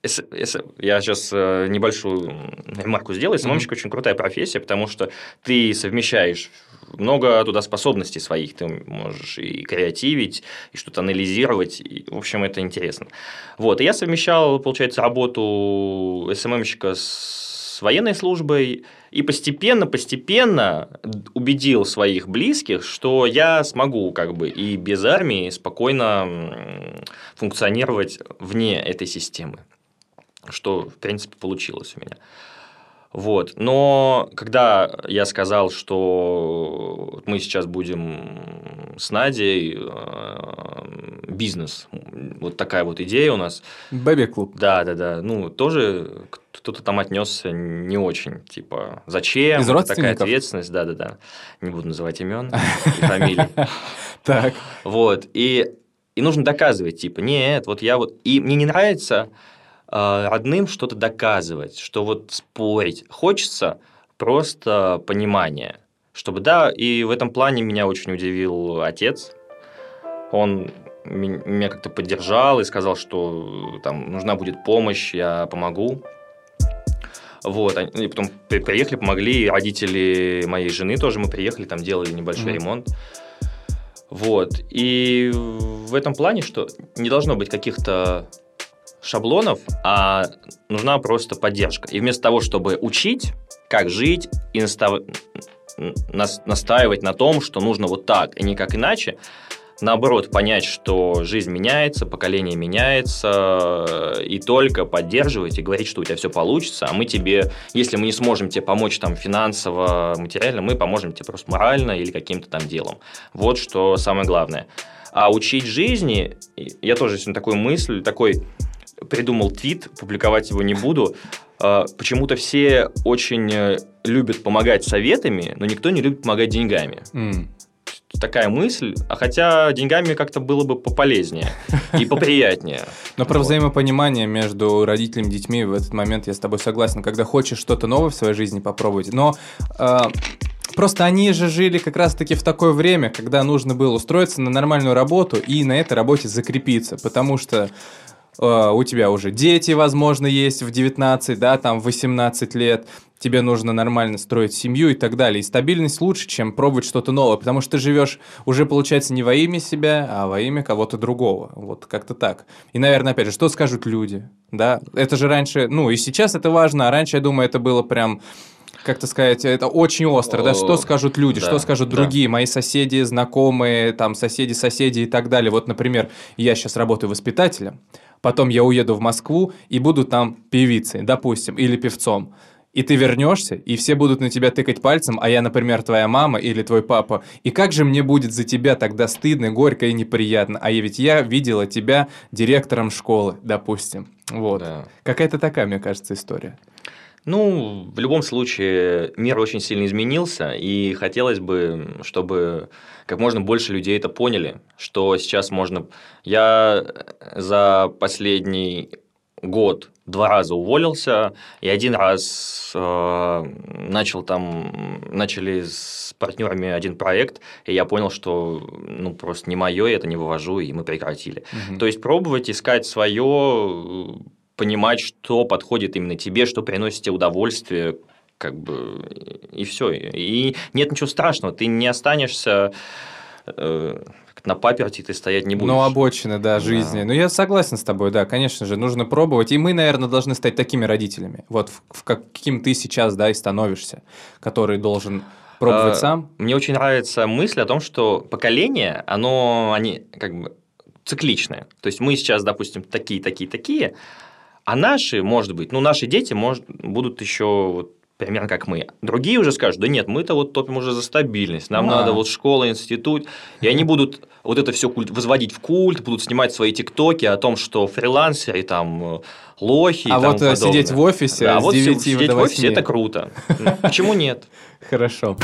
Я сейчас небольшую ремарку сделаю. эс эм эм-щик mm-hmm. очень крутая профессия, потому что ты совмещаешь много туда способностей своих. Ты можешь и креативить, и что-то анализировать. И, в общем, это интересно. Вот. И я совмещал, получается, работу эс эм эм-щика с военной службой и постепенно-постепенно убедил своих близких, что я смогу как бы и без армии спокойно функционировать вне этой системы. Что, в принципе, получилось у меня. Вот. Но когда я сказал, что мы сейчас будем с Надей бизнес, вот такая вот идея у нас. Бэби-клуб. Да, да, да. Ну, тоже кто-то там отнесся не очень. Типа, зачем? Из родственников? Такая ответственность. Да, да, да. Не буду называть имен и фамилий. Так. Вот. И нужно доказывать, типа, нет, вот я вот. И мне не нравится родным что-то доказывать, что вот спорить. Хочется просто понимания. Чтобы, да, и в этом плане меня очень удивил отец. Он меня как-то поддержал и сказал, что там нужна будет помощь, я помогу. Вот, и потом приехали, помогли, родители моей жены тоже, мы приехали, там делали небольшой mm-hmm. ремонт. Вот, и в этом плане, что не должно быть каких-то шаблонов, а нужна просто поддержка. И вместо того, чтобы учить, как жить и настав... настаивать на том, что нужно вот так и никак иначе, наоборот, понять, что жизнь меняется, поколение меняется, и только поддерживать и говорить, что у тебя все получится, а мы тебе, если мы не сможем тебе помочь там финансово, материально, мы поможем тебе просто морально или каким-то там делом. Вот что самое главное. А учить жизни, я тоже сегодня такую мысль, такой придумал твит, публиковать его не буду. Почему-то все очень любят помогать советами, но никто не любит помогать деньгами. Mm. Такая мысль, а хотя деньгами как-то было бы пополезнее и поприятнее. Но про взаимопонимание между родителями и детьми в этот момент я с тобой согласен. Когда хочешь что-то новое в своей жизни попробовать, но... Просто они же жили как раз-таки в такое время, когда нужно было устроиться на нормальную работу и на этой работе закрепиться, потому что э, у тебя уже дети, возможно, есть в девятнадцать, да, там в восемнадцать лет, тебе нужно нормально строить семью и так далее. И стабильность лучше, чем пробовать что-то новое, потому что ты живешь уже, получается, не во имя себя, а во имя кого-то другого. Вот как-то так. И, наверное, опять же, что скажут люди, да? Это же раньше, ну и сейчас это важно, а раньше, я думаю, это было прям... Как-то сказать, это очень остро, да, что скажут люди, да, что скажут да. другие, мои соседи, знакомые, там, соседи, соседи и так далее. Вот, например, я сейчас работаю воспитателем, потом я уеду в Москву и буду там певицей, допустим, или певцом. И ты вернешься, и все будут на тебя тыкать пальцем, а я, например, твоя мама или твой папа. И как же мне будет за тебя тогда стыдно, горько и неприятно? А я ведь я видела тебя директором школы, допустим. Вот. Да. Какая-то такая, мне кажется, история. Ну, в любом случае, мир очень сильно изменился, и хотелось бы, чтобы как можно больше людей это поняли, что сейчас можно... Я за последний год два раза уволился, и один раз э, начал там, начали с партнерами один проект, и я понял, что ну, просто не мое, я это не вывожу, и мы прекратили. Угу. То есть пробовать искать свое, понимать, что подходит именно тебе, что приносит тебе удовольствие, как бы, и все. И нет ничего страшного, ты не останешься... Э, на паперти ты стоять не будешь. Ну, обочина, да, жизни. Да. Ну, я согласен с тобой, да, конечно же, нужно пробовать. И мы, наверное, должны стать такими родителями, вот в, в каким ты сейчас, да, и становишься, который должен пробовать а, сам. Мне очень нравится мысль о том, что поколение, оно, они как бы цикличное. То есть мы сейчас, допустим, такие, такие, такие, а наши, может быть, ну, наши дети, может, будут еще вот примерно как мы. Другие уже скажут, да нет, мы-то вот топим уже за стабильность, нам а. надо вот школа, институт, и они будут вот это все культ, возводить в культ, будут снимать свои тиктоки о том, что фрилансеры, там, лохи а и тому вот подобное. Сидеть в офисе да, с вот девяти сидеть до в офисе – это круто. Почему нет? Хорошо.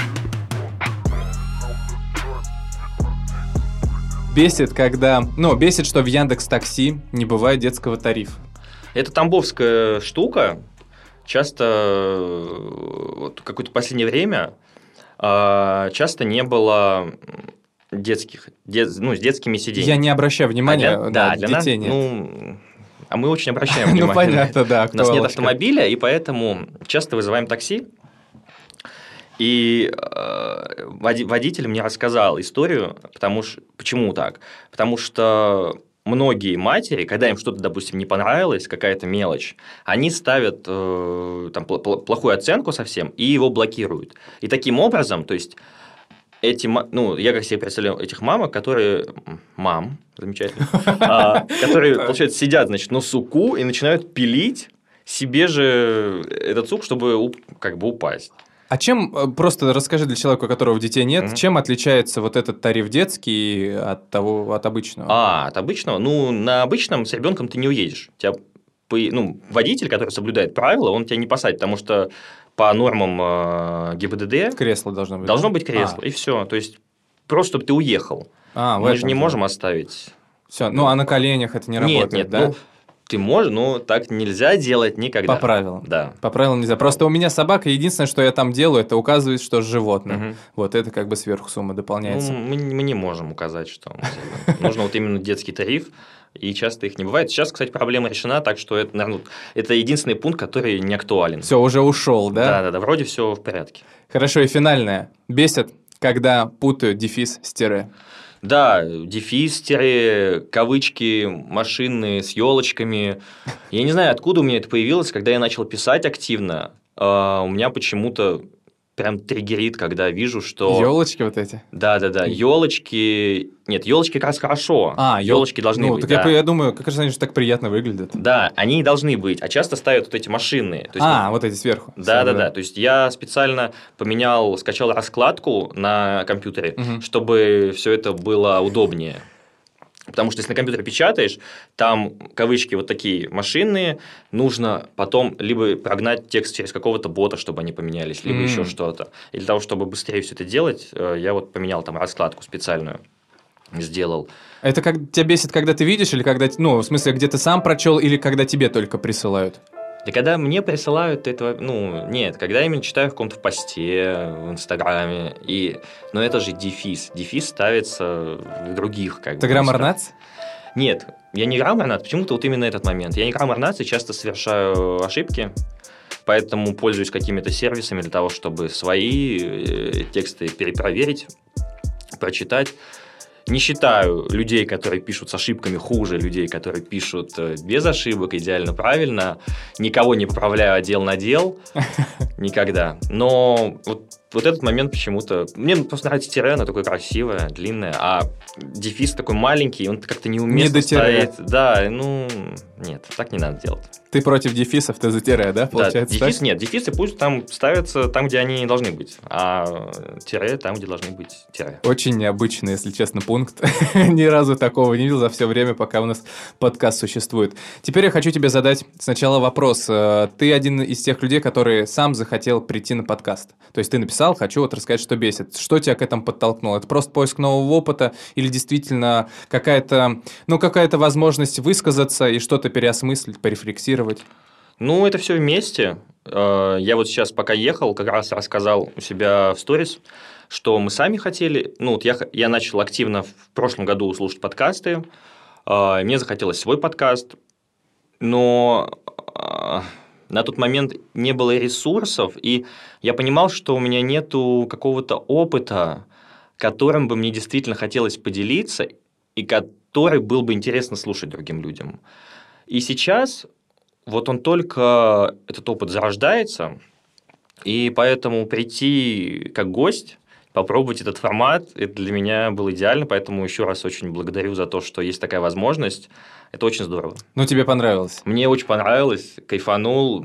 Бесит, когда... Ну, бесит, что в Яндекс.Такси не бывает детского тарифа. Это тамбовская штука. Часто, вот какое-то последнее время, часто не было детских, дет, ну, с детскими сиденьями. Я не обращаю внимания, а для, да, да, для детей нас, нет. Ну, а мы очень обращаем внимание. Ну, понятно, да. У нас нет автомобиля, и поэтому часто вызываем такси. И водитель мне рассказал историю, потому что... Почему так? Потому что... Многие матери, когда им что-то, допустим, не понравилось, какая-то мелочь, они ставят э, там, плохую оценку совсем и его блокируют. И таким образом, то есть, эти, ну, я как себе представляю этих мамок, которые... Мам, замечательно. Которые, получается, сидят, значит, на суку и начинают пилить себе же этот сук, чтобы как бы упасть. А чем, просто расскажи для человека, у которого детей нет, mm-hmm. чем отличается вот этот тариф детский от того, от обычного? А, от обычного? Ну, на обычном с ребенком ты не уедешь. Тебя, ну, водитель, который соблюдает правила, он тебя не посадит, потому что по нормам ГИБДД... Кресло должно быть. Должно да? быть кресло, а. и все. То есть, просто чтобы ты уехал. А, Мы же не можем оставить... Все, ну, а на коленях это не работает, нет, нет, да? Ну, ты можешь, но так нельзя делать никогда. По правилам. Да. По правилам нельзя. Просто у меня собака, единственное, что я там делаю, это указывает, что животное. Угу. Вот это как бы сверху сумма дополняется. Ну, мы, мы не можем указать, что нужно вот именно детский тариф, и часто их не бывает. Сейчас, кстати, проблема решена, так что это, наверное, это единственный пункт, который не актуален. Все, уже ушел, да? Да, да, да, вроде все в порядке. Хорошо, и финальное. Бесит, когда путают дефис с тире. Да, дефис, тире, кавычки, машины с елочками. Я не знаю, откуда у меня это появилось, когда я начал писать активно. У меня почему-то прям триггерит, когда вижу, что... Елочки вот эти? Да-да-да, елочки... Нет, елочки как раз хорошо. А, елочки должны ну, быть, так да. я, я думаю, как раз они же так приятно выглядят. Да, они и должны быть, а часто ставят вот эти машинные. То есть, а, ну, вот эти сверху. Да-да-да, да. То есть я специально поменял, скачал раскладку на компьютере, угу. чтобы все это было удобнее. Потому что если на компьютере печатаешь, там кавычки вот такие машинные, нужно потом либо прогнать текст через какого-то бота, чтобы они поменялись, либо mm. еще что-то. И для того, чтобы быстрее все это делать, я вот поменял там раскладку специальную, сделал. Это как тебя бесит, когда ты видишь, или когда, ну, в смысле, где ты сам прочел, или когда тебе только присылают? Да когда мне присылают этого, ну, нет, когда я именно читаю в каком-то посте, в Инстаграме, и, но это же дефис, дефис ставится в других, как бы. Ты граммар-нац? Нет, я не граммар-нац, почему-то вот именно этот момент. Я не граммар-нац и часто совершаю ошибки, поэтому пользуюсь какими-то сервисами для того, чтобы свои тексты перепроверить, прочитать. Не считаю людей, которые пишут с ошибками, хуже людей, которые пишут без ошибок, идеально правильно. Никого не поправляю отдел на дел. Никогда. Но вот вот этот момент почему-то... Мне просто нравится тире, оно такое красивое, длинное, а дефис такой маленький, он как-то неуместно не стоит. Да, ну, нет, так не надо делать. Ты против дефисов, ты за тире, да, получается? Да, дефис так? нет, дефисы пусть там ставятся там, где они должны быть, а тире там, где должны быть тире. Очень необычный, если честно, пункт. Ни разу такого не видел за все время, пока у нас подкаст существует. Теперь я хочу тебе задать сначала вопрос. Ты один из тех людей, который сам захотел прийти на подкаст. То есть ты написал, хочу вот рассказать, что бесит. Что тебя к этому подтолкнуло? Это просто поиск нового опыта или действительно какая-то, ну, какая-то возможность высказаться и что-то переосмыслить, порефлексировать? Ну, это все вместе. Я вот сейчас, пока ехал, как раз рассказал у себя в сторис, что мы сами хотели. Ну, вот я, я начал активно в прошлом году слушать подкасты. Мне захотелось свой подкаст, но на тот момент не было ресурсов, и я понимал, что у меня нету какого-то опыта, которым бы мне действительно хотелось поделиться, и который был бы интересно слушать другим людям. И сейчас вот он только, этот опыт зарождается, и поэтому прийти как гость, попробовать этот формат, это для меня было идеально, поэтому еще раз очень благодарю за то, что есть такая возможность. Это очень здорово. Ну, тебе понравилось? Мне очень понравилось, кайфанул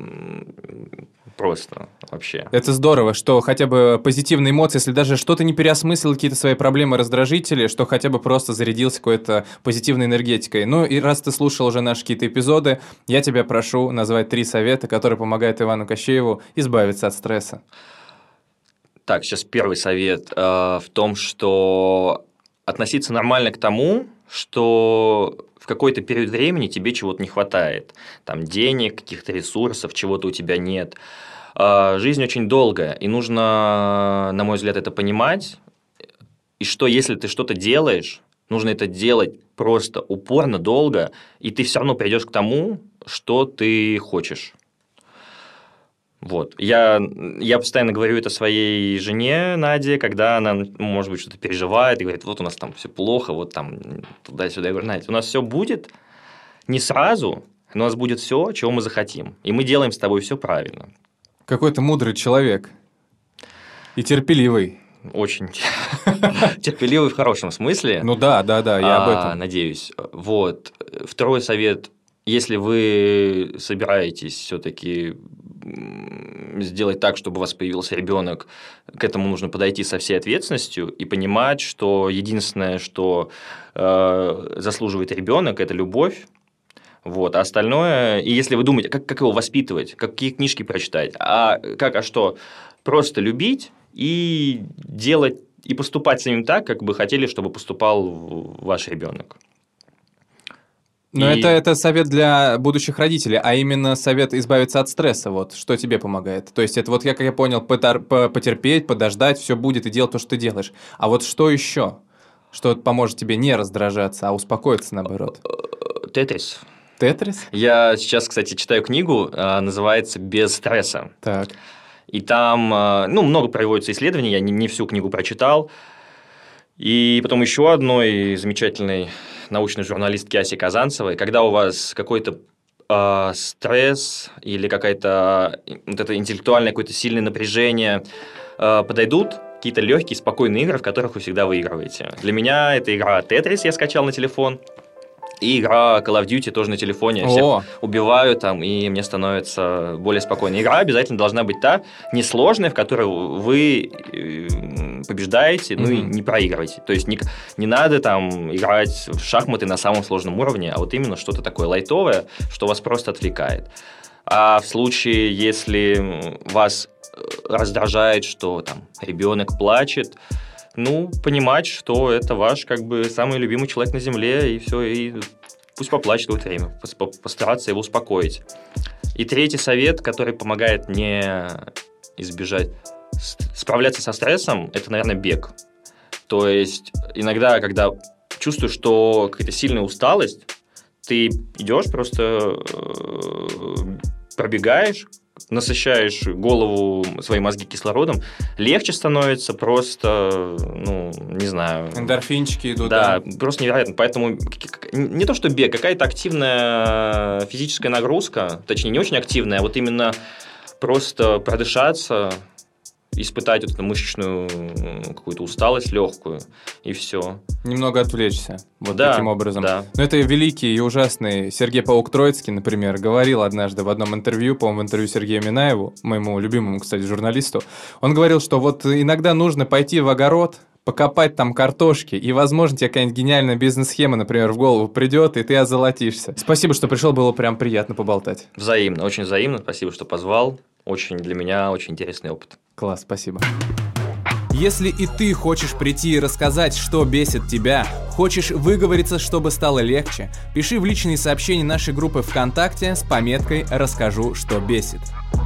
просто вообще. Это здорово, что хотя бы позитивные эмоции, если даже что-то не переосмыслил, какие-то свои проблемы, раздражители, что хотя бы просто зарядился какой-то позитивной энергетикой. Ну, и раз ты слушал уже наши какие-то эпизоды, я тебя прошу назвать три совета, которые помогают Ивану Кощееву избавиться от стресса. Так, сейчас первый совет э, в том, что относиться нормально к тому, что в какой-то период времени тебе чего-то не хватает. Там денег, каких-то ресурсов, чего-то у тебя нет. Э, жизнь очень долгая, и нужно, на мой взгляд, это понимать. И что, если ты что-то делаешь, нужно это делать просто упорно, долго, и ты все равно придешь к тому, что ты хочешь. Вот. Я, я постоянно говорю это своей жене Наде, когда она, может быть, что-то переживает и говорит, вот у нас там все плохо, вот там туда-сюда. Я говорю, знаете, у нас все будет не сразу, но у нас будет все, чего мы захотим. И мы делаем с тобой все правильно. Какой ты мудрый человек. И терпеливый. Очень терпеливый в хорошем смысле. Ну да, да, да, я об этом. Надеюсь. Вот. Второй совет. Если вы собираетесь все-таки сделать так, чтобы у вас появился ребенок, к этому нужно подойти со всей ответственностью и понимать, что единственное, что э, заслуживает ребенок, это любовь. Вот, а остальное, и если вы думаете, как, как его воспитывать, какие книжки прочитать, а как, а что, просто любить и делать, и поступать с ним так, как бы хотели, чтобы поступал ваш ребенок. Но и... это, это совет для будущих родителей, а именно совет избавиться от стресса, вот, что тебе помогает. То есть это вот, я, как я понял, потор- потерпеть, подождать, все будет и делать то, что ты делаешь. А вот что еще? Что поможет тебе не раздражаться, а успокоиться наоборот? Тетрис. Тетрис? Я сейчас, кстати, читаю книгу, называется «Без стресса». Так. И там, ну, много проводится исследований, я не, не всю книгу прочитал. И потом еще одной замечательной научной журналистки Аси Казанцевой, когда у вас какой-то э, стресс или какая-то вот это интеллектуальное какое-то сильное напряжение э, подойдут какие-то легкие, спокойные игры, в которых вы всегда выигрываете. Для меня это игра Tetris, я скачал на телефон. И игра Call of Duty тоже на телефоне. Я всех убиваю там, и мне становится более спокойно. Игра обязательно должна быть та, несложная, в которой вы побеждаете, mm-hmm. ну и не проигрываете. То есть не, не надо там играть в шахматы на самом сложном уровне, а вот именно что-то такое лайтовое, что вас просто отвлекает. А в случае, если вас раздражает, что там ребенок плачет, ну, понимать, что это ваш, как бы, самый любимый человек на земле, и все, и пусть поплачет в это время, постараться его успокоить. И третий совет, который помогает мне избежать, справляться со стрессом, это, наверное, бег. То есть, иногда, когда чувствуешь, что какая-то сильная усталость, ты идешь, просто пробегаешь, насыщаешь голову, свои мозги кислородом, легче становится просто, ну, не знаю... Эндорфинчики идут. Да, да, просто невероятно. Поэтому не то, что бег, какая-то активная физическая нагрузка, точнее, не очень активная, а вот именно просто продышаться, испытать вот эту мышечную какую-то усталость легкую, и все. Немного отвлечься, вот да, таким образом. Да. Но это великий и ужасный Сергей Паук-Троицкий, например, говорил однажды в одном интервью, по-моему, в интервью Сергею Минаеву, моему любимому, кстати, журналисту, он говорил, что вот иногда нужно пойти в огород, покопать там картошки, и, возможно, тебе какая-нибудь гениальная бизнес-схема, например, в голову придет, и ты озолотишься. Спасибо, что пришел, было прям приятно поболтать. Взаимно, очень взаимно, спасибо, что позвал. Очень для меня очень интересный опыт. Класс, спасибо. Если и ты хочешь прийти и рассказать, что бесит тебя, хочешь выговориться, чтобы стало легче, пиши в личные сообщения нашей группы ВКонтакте с пометкой «Расскажу, что бесит».